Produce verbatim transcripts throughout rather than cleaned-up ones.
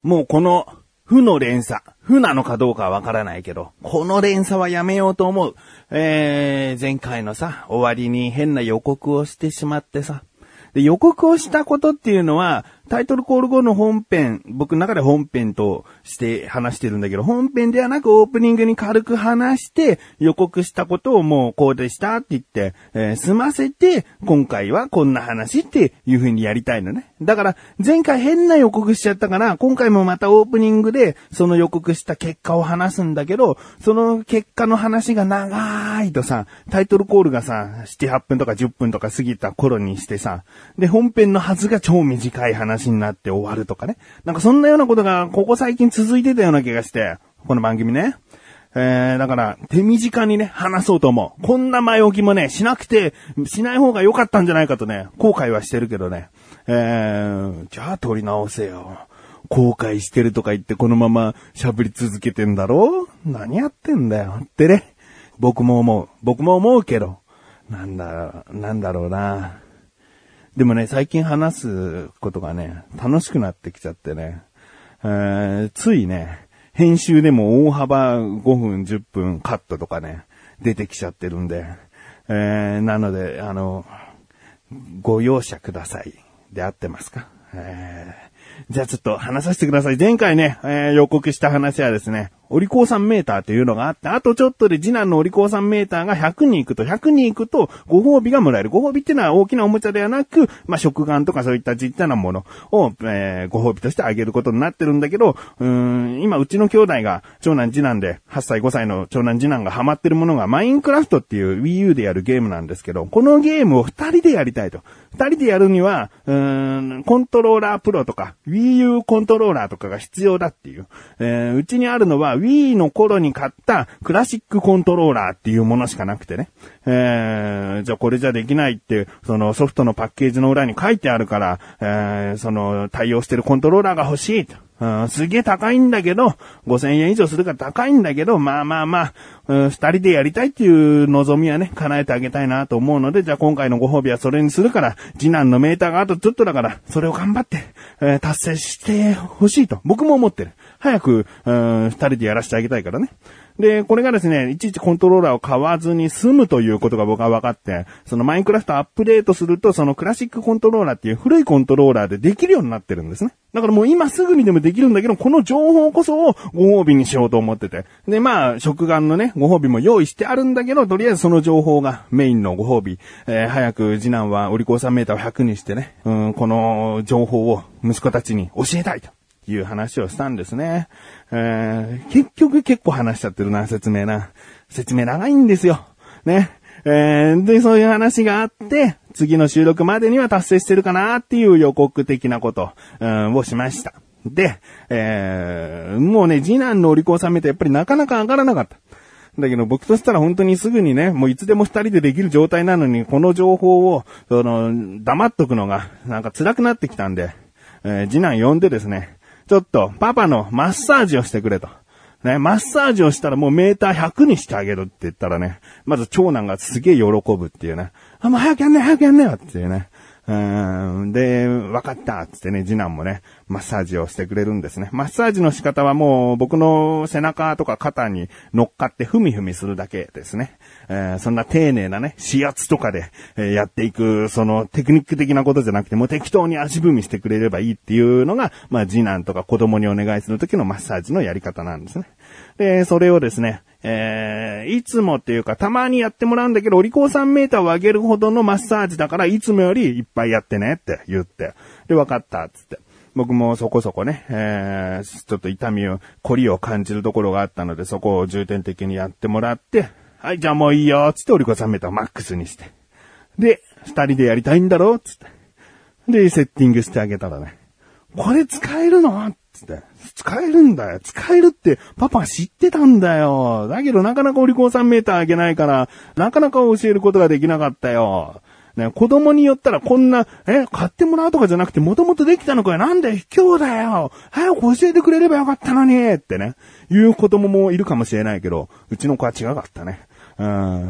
もうこの負の連鎖、負なのかどうかはわからないけど、この連鎖はやめようと思う。えー、前回のさ、終わりに変な予告をしてしまってさ。で、予告をしたことっていうのは、タイトルコール後の本編、僕の中で本編として話してるんだけど、本編ではなくオープニングに軽く話して、予告したことをもうこうでしたって言って、えー、済ませて、今回はこんな話っていう風にやりたいのね。だから、前回変な予告しちゃったから、今回もまたオープニングで、その予告した結果を話すんだけど、その結果の話が長いとさ、タイトルコールがさ、なな、はちふんとかじゅっぷんとか過ぎた頃にしてさ、で、本編のはずが超短い話になって終わるとかね。なんかそんなようなことがここ最近続いてたような気がして、この番組ね。えー、だから手短にね、話そうと思う。こんな前置きもね、しなくて、しない方が良かったんじゃないかとね、後悔はしてるけどね。えー、じゃあ取り直せよ。後悔してるとか言ってこのまま喋り続けてんだろ？何やってんだよってね。僕も思う。僕も思うけど。なんだ、なんだろうな。でもね、最近話すことがね、楽しくなってきちゃってね、えー、ついね、編集でも大幅ごふん、じゅっぷんカットとかね、出てきちゃってるんで、えー、なので、あの、ご容赦ください。で合ってますか？えーじゃあちょっと話させてください。前回ね、えー、予告した話はですね、お利口さんメーターというのがあって、あとちょっとで次男のお利口さんメーターがひゃくに行くと、ひゃくに行くとご褒美がもらえる。ご褒美っていうのは大きなおもちゃではなく、まあ、食玩とかそういったちっちゃなものを、えー、ご褒美としてあげることになってるんだけど、うーん、今うちの兄弟が長男次男ではっさいごさいの長男次男がハマってるものがマインクラフトっていう Wii U でやるゲームなんですけど、このゲームをふたりでやりたいと。ふたりでやるには、うーん、コントローラープロとか、Wii U コントローラーとかが必要だっていう。えー、うちにあるのは Wii の頃に買ったクラシックコントローラーっていうものしかなくてね。えー、じゃあこれじゃできないって、そのソフトのパッケージの裏に書いてあるから、えー、その対応してるコントローラーが欲しいと。うん、すげえ高いんだけど、ごせんえん以上するから高いんだけど、まあまあまあ、うん、二人でやりたいっていう望みはね、叶えてあげたいなと思うので、じゃあ今回のご褒美はそれにするから、次男のメーターがあとちょっとだから、それを頑張って、えー、達成してほしいと。僕も思ってる。早く、うん、二人でやらせてあげたいからね。で、これがですね、いちいちコントローラーを買わずに済むということが僕は分かって、そのマインクラフトアップデートすると、そのクラシックコントローラーっていう古いコントローラーでできるようになってるんですね。だからもう今すぐにでもできるんだけど、この情報こそをご褒美にしようと思ってて。で、まあ、食玩のね、ご褒美も用意してあるんだけど、とりあえずその情報がメインのご褒美。えー、早く次男はお利口さんメーターをひゃくにしてね、うん、この情報を息子たちに教えたいという話をしたんですね。えー、結局結構話しちゃってるな、説明な。説明長いんですよ。ね。えー、で、そういう話があって、次の収録までには達成してるかなっていう予告的なこと、うん、をしました。で、えー、もうね、次男のお利口さん見てやっぱりなかなか上がらなかった。だけど僕としたら本当にすぐにね、もういつでも二人でできる状態なのに、この情報を、その、黙っとくのが、なんか辛くなってきたんで、えー、次男呼んでですね、ちょっとパパのマッサージをしてくれと。ね、マッサージをしたらもうメーターひゃくにしてあげるって言ったらね、まず長男がすげえ喜ぶっていうね。あ、もう早くやんね早くやんねよっていうね。うーんで、わかったっつってね、次男もね、マッサージをしてくれるんですね。マッサージの仕方はもう僕の背中とか肩に乗っかってふみふみするだけですね。えー、そんな丁寧なね、指圧とかで、えー、やっていく、そのテクニック的なことじゃなくて、もう適当に足踏みしてくれればいいっていうのが、まあ次男とか子供にお願いするときのマッサージのやり方なんですね。で、それをですね、えー、いつもっていうかたまにやってもらうんだけど、お利口さんメーターを上げるほどのマッサージだから、いつもよりいっぱいやってねって言って。で、わかったっつって。僕もそこそこね、えー、ちょっと痛みを、凝りを感じるところがあったので、そこを重点的にやってもらって、はい、じゃあもういいよ、つってお利口さんメーターをマックスにして。で、二人でやりたいんだろつって。で、セッティングしてあげたらね、これ使えるのつって。使えるんだよ。使えるってパパ知ってたんだよ。だけどなかなかお利口さんメーターあげないから、なかなか教えることができなかったよ。ね、子供によったらこんな、え、買ってもらうとかじゃなくてもともとできたのかよ。なんで今日だよ。早く教えてくれればよかったのに。ってね。いう子供もいるかもしれないけど、うちの子は違かったね。うん。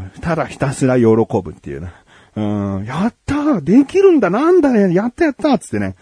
ただひたすら喜ぶっていうね。うん。やったーできるんだなんだねやったやったーつってね。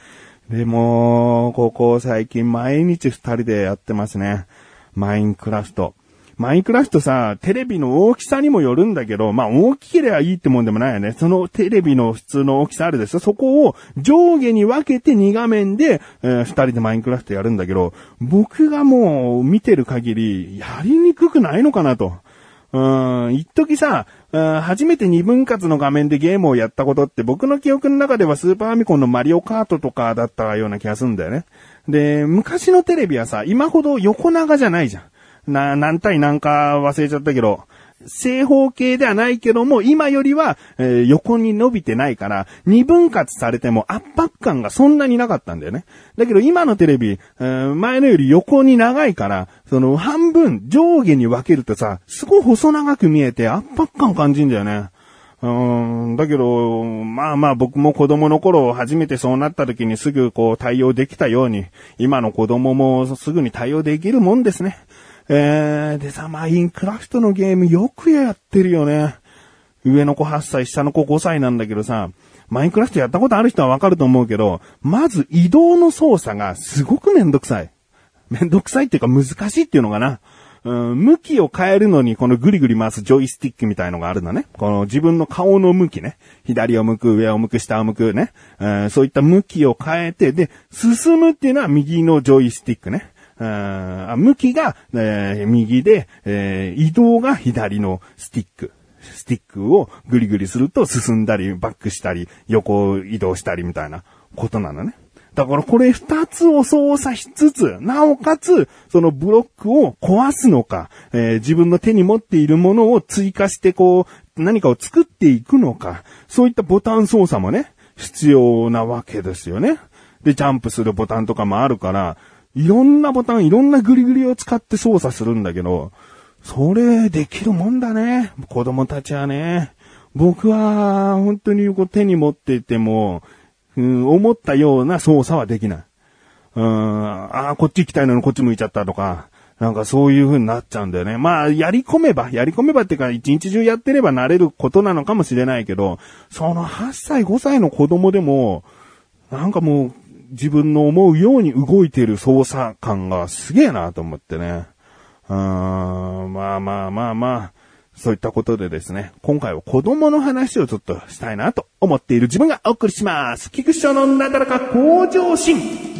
でも、ここ最近毎日二人でやってますね。マインクラフト。マインクラフトさ、テレビの大きさにもよるんだけど、まあ大きければいいってもんでもないよね。そのテレビの普通の大きさあるでしょ。そこを上下に分けてに画面で、えー、二人でマインクラフトやるんだけど、僕がもう見てる限り、やりにくくないのかなと。うーん、一時さ、初めて二分割の画面でゲームをやったことって僕の記憶の中ではスーパーファミコンのマリオカートとかだったような気がするんだよね。で、昔のテレビはさ、今ほど横長じゃないじゃん。な、何対何か忘れちゃったけど、正方形ではないけども、今よりは、えー、横に伸びてないから、二分割されても圧迫感がそんなになかったんだよね。だけど今のテレビ、えー、前のより横に長いから、その半分上下に分けるとさ、すごい細長く見えて圧迫感感じるんだよね。うーん、だけど、まあまあ僕も子供の頃初めてそうなった時にすぐこう対応できたように、今の子供もすぐに対応できるもんですね。えー、でさ、マインクラフトのゲームよくやってるよね。上の子はっさい、下の子ごさいなんだけどさ、マインクラフトやったことある人はわかると思うけど、まず移動の操作がすごくめんどくさい。めんどくさいっていうか難しいっていうのかな。うん、向きを変えるのにこのグリグリ回すジョイスティックみたいのがあるのね。この自分の顔の向きね。左を向く、上を向く、下を向くね。うん、そういった向きを変えて、で、進むっていうのは右のジョイスティックね。あ向きが、えー、右で、えー、移動が左のスティック。スティックをグリグリすると進んだり、バックしたり、横移動したりみたいなことなのね。だからこれ二つを操作しつつ、なおかつ、そのブロックを壊すのか、えー、自分の手に持っているものを追加してこう、何かを作っていくのか、そういったボタン操作もね、必要なわけですよね。で、ジャンプするボタンとかもあるから、いろんなボタン、いろんなグリグリを使って操作するんだけど、それできるもんだね。子供たちはね。僕は本当にこう手に持っていても、うん、思ったような操作はできない。うん、ああ、こっち行きたいのにこっち向いちゃったとか、なんかそういう風になっちゃうんだよね。まあ、やり込めば、やり込めばっていうか、一日中やってれば慣れることなのかもしれないけど、そのはっさい、ごさいの子供でも、なんかもう、自分の思うように動いてる操作感がすげえなと思ってね。うーん、まあまあまあまあ、そういったことでですね、今回は子供の話をちょっとしたいなと思っている自分がお送りします。菊師匠のなだらか向上心。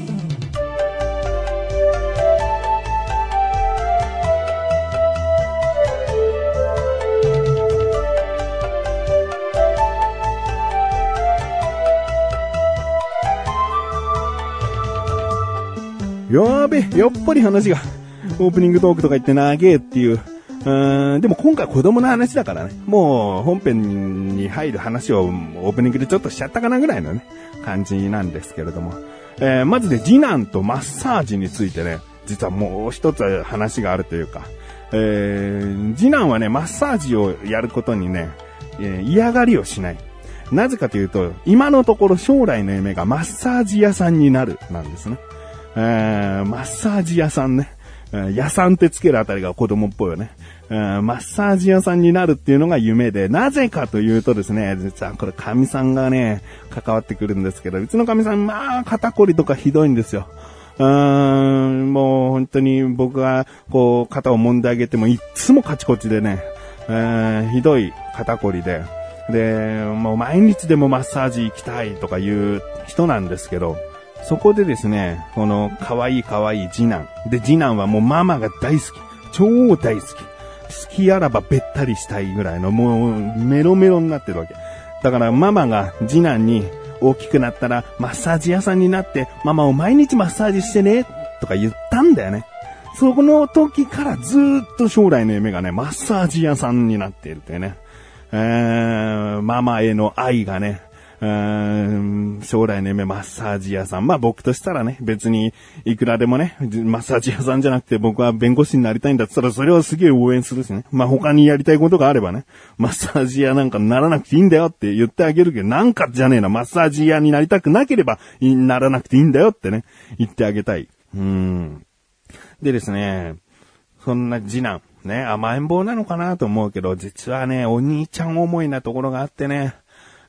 やーべ、やっぱり話が、オープニングトークとか言って長えっていう。うーん、でも今回子供の話だからね、もう本編に入る話をオープニングでちょっとしちゃったかなぐらいのね、感じなんですけれども。えー、まずで次男とマッサージについてね、実はもう一つ話があるというか、えー、次男はね、マッサージをやることにね、えー、嫌がりをしない。なぜかというと、今のところ将来の夢がマッサージ屋さんになるなんですね。えー、マッサージ屋さんね。屋さんってつけるあたりが子供っぽいよね。マッサージ屋さんになるっていうのが夢で、なぜかというとですね、実はこれ神さんがね、関わってくるんですけど、うちの神さん、まあ、肩こりとかひどいんですよ。うーん、もう本当に僕がこう、肩を揉んであげてもいっつもカチコチでね、えー、ひどい肩こりで、で、もう毎日でもマッサージ行きたいとかいう人なんですけど、そこでですね、この可愛い可愛い次男。で、次男はもうママが大好き。超大好き。好きあらばべったりしたいぐらいのもうメロメロになってるわけ。だからママが次男に大きくなったらマッサージ屋さんになってママを毎日マッサージしてねとか言ったんだよね。そこの時からずーっと将来の夢がね、マッサージ屋さんになっているというね。えー、ママへの愛がね、うーん将来の夢マッサージ屋さん。まあ僕としたらね、別にいくらでもね、マッサージ屋さんじゃなくて僕は弁護士になりたいんだって言ったらそれはすげえ応援するしね。まあ他にやりたいことがあればね、マッサージ屋なんかならなくていいんだよって言ってあげるけど、なんかじゃねえな、マッサージ屋になりたくなければならなくていいんだよってね、言ってあげたい。うーん。でですね、そんな次男、ね、甘えん坊なのかなと思うけど、実はね、お兄ちゃん思いなところがあってね、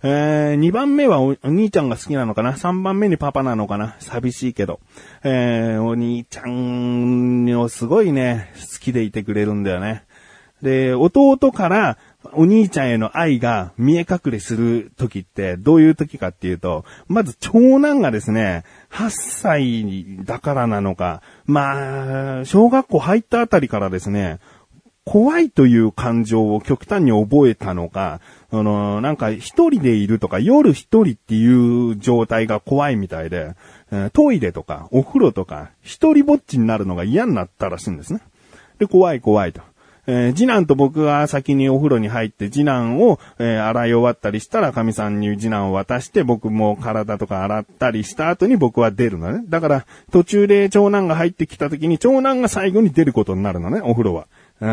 えー、にばんめは お, お兄ちゃんが好きなのかな。さんばんめにパパなのかな。寂しいけど。えー、お兄ちゃんをすごいね、好きでいてくれるんだよね。で、弟からお兄ちゃんへの愛が見え隠れする時ってどういう時かっていうと、まず長男がですね、はっさいだからなのか、まあ、小学校入ったあたりからですね、怖いという感情を極端に覚えたのか、あの、なんか一人でいるとか夜一人っていう状態が怖いみたいで、トイレとかお風呂とか一人ぼっちになるのが嫌になったらしいんですね。で、怖い怖いと。えー、次男と僕が先にお風呂に入って次男を、えー、洗い終わったりしたら神さんに次男を渡して僕も体とか洗ったりした後に僕は出るのね。だから途中で長男が入ってきた時に長男が最後に出ることになるのね、お風呂は。うん、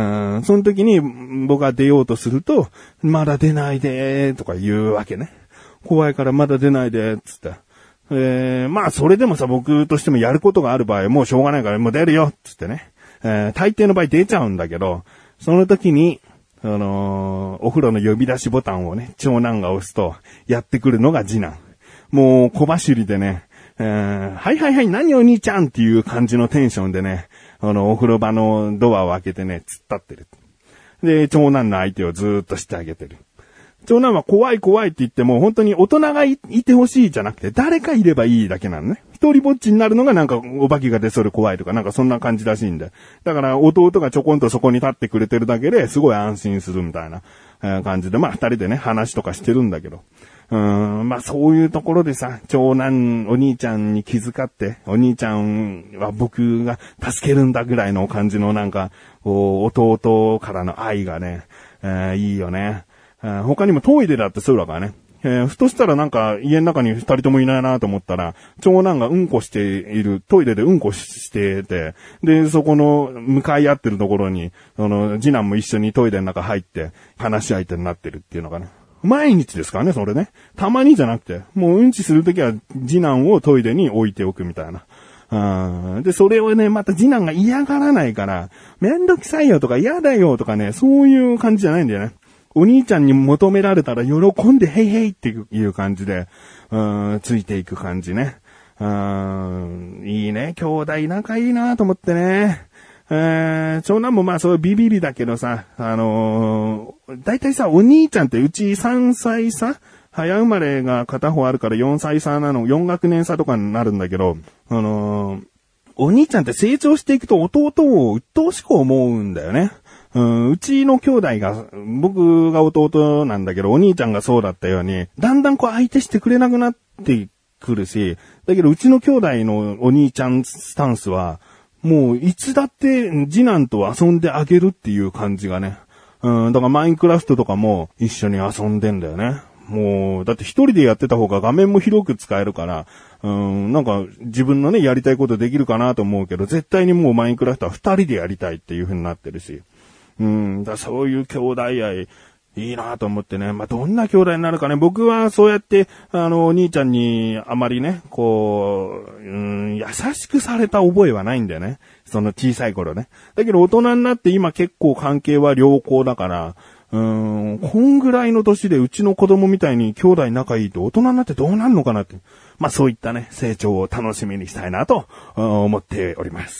その時に僕が出ようとすると、まだ出ないでーとか言うわけね。怖いからまだ出ないでーつって。えー、まあそれでもさ、僕としてもやることがある場合もうしょうがないからもう出るよつってね。えー、大抵の場合出ちゃうんだけど、その時に、あのー、お風呂の呼び出しボタンをね、長男が押すと、やってくるのが次男。もう小走りでね、えー、はいはいはい、何お兄ちゃんっていう感じのテンションでね、あの、お風呂場のドアを開けてね、突っ立ってる。で、長男の相手をずーっとしてあげてる。長男は怖い怖いって言っても、本当に大人が い, いてほしいじゃなくて、誰かいればいいだけなのね。一人ぼっちになるのがなんかお化けが出そうで怖いとか、なんかそんな感じらしいんで。だから弟がちょこんとそこに立ってくれてるだけですごい安心するみたいな、えー、感じで、まあ二人でね、話とかしてるんだけど。うーん、まあそういうところでさ、長男、お兄ちゃんに気遣って、お兄ちゃんは僕が助けるんだぐらいの感じのなんか、弟からの愛がね、えー、いいよね。他にもトイレだってそうだからね。えー、ふとしたらなんか家の中に二人ともいないなと思ったら、長男がうんこしている、トイレでうんこしてて、で、そこの向かい合ってるところに、あの、次男も一緒にトイレの中入って話し相手になってるっていうのがね。毎日ですからね、それね。たまにじゃなくて、もううんちするときは次男をトイレに置いておくみたいな。あで、それをね、また次男が嫌がらないから、めんどくさいよとか嫌だよとかね、そういう感じじゃないんだよね。お兄ちゃんに求められたら喜んでヘイヘイっていう感じで、うーん、ついていく感じね。うーん、いいね。兄弟仲いいなと思ってね。えー、長男もまあそうビビリだけどさ、あのー、だいたいさ、お兄ちゃんってうちさんさい差早生まれが片方あるからよんさい差なの、よん学年差とかになるんだけど、あのー、お兄ちゃんって成長していくと弟を鬱陶しく思うんだよね。うん、うちの兄弟が、僕が弟なんだけど、お兄ちゃんがそうだったように、だんだんこう相手してくれなくなってくるし、だけどうちの兄弟のお兄ちゃんスタンスは、もういつだって次男と遊んであげるっていう感じがね。うん、だからマインクラフトとかも一緒に遊んでんだよね。もう、だって一人でやってた方が画面も広く使えるから、うん、なんか自分のね、やりたいことできるかなと思うけど、絶対にもうマインクラフトは二人でやりたいっていう風になってるし。うん、だそういう兄弟愛、いいなと思ってね。まあ、どんな兄弟になるかね。僕はそうやって、あの、お兄ちゃんにあまりね、こう、うん、優しくされた覚えはないんだよね。その小さい頃ね。だけど大人になって今結構関係は良好だから、うーん、こんぐらいの年でうちの子供みたいに兄弟仲いいと大人になってどうなるのかなって。まあ、そういったね、成長を楽しみにしたいなと思っております。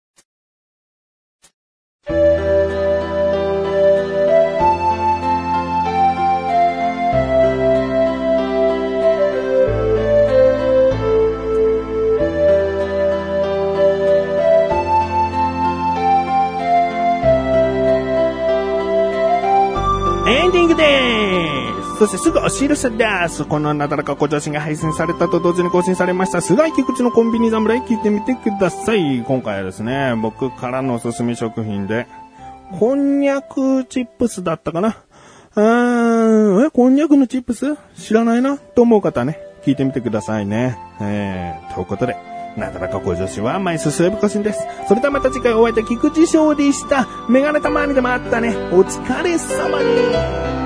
エンディングでーす。そしてすぐお知らせです。このなだらかご女子が配信されたと同時に更新されました菅井菊池のコンビニ侍聞いてみてください。今回はですね、僕からのおすすめ食品でこんにゃくチップスだったかな。あーえこんにゃくのチップス知らないなと思う方はね、聞いてみてくださいね。えー、ということでなだらかご女子は毎週水曜日更新です。それではまた次回お会いいた菊池翔でした。メガネたまにでもあったね。お疲れ様に。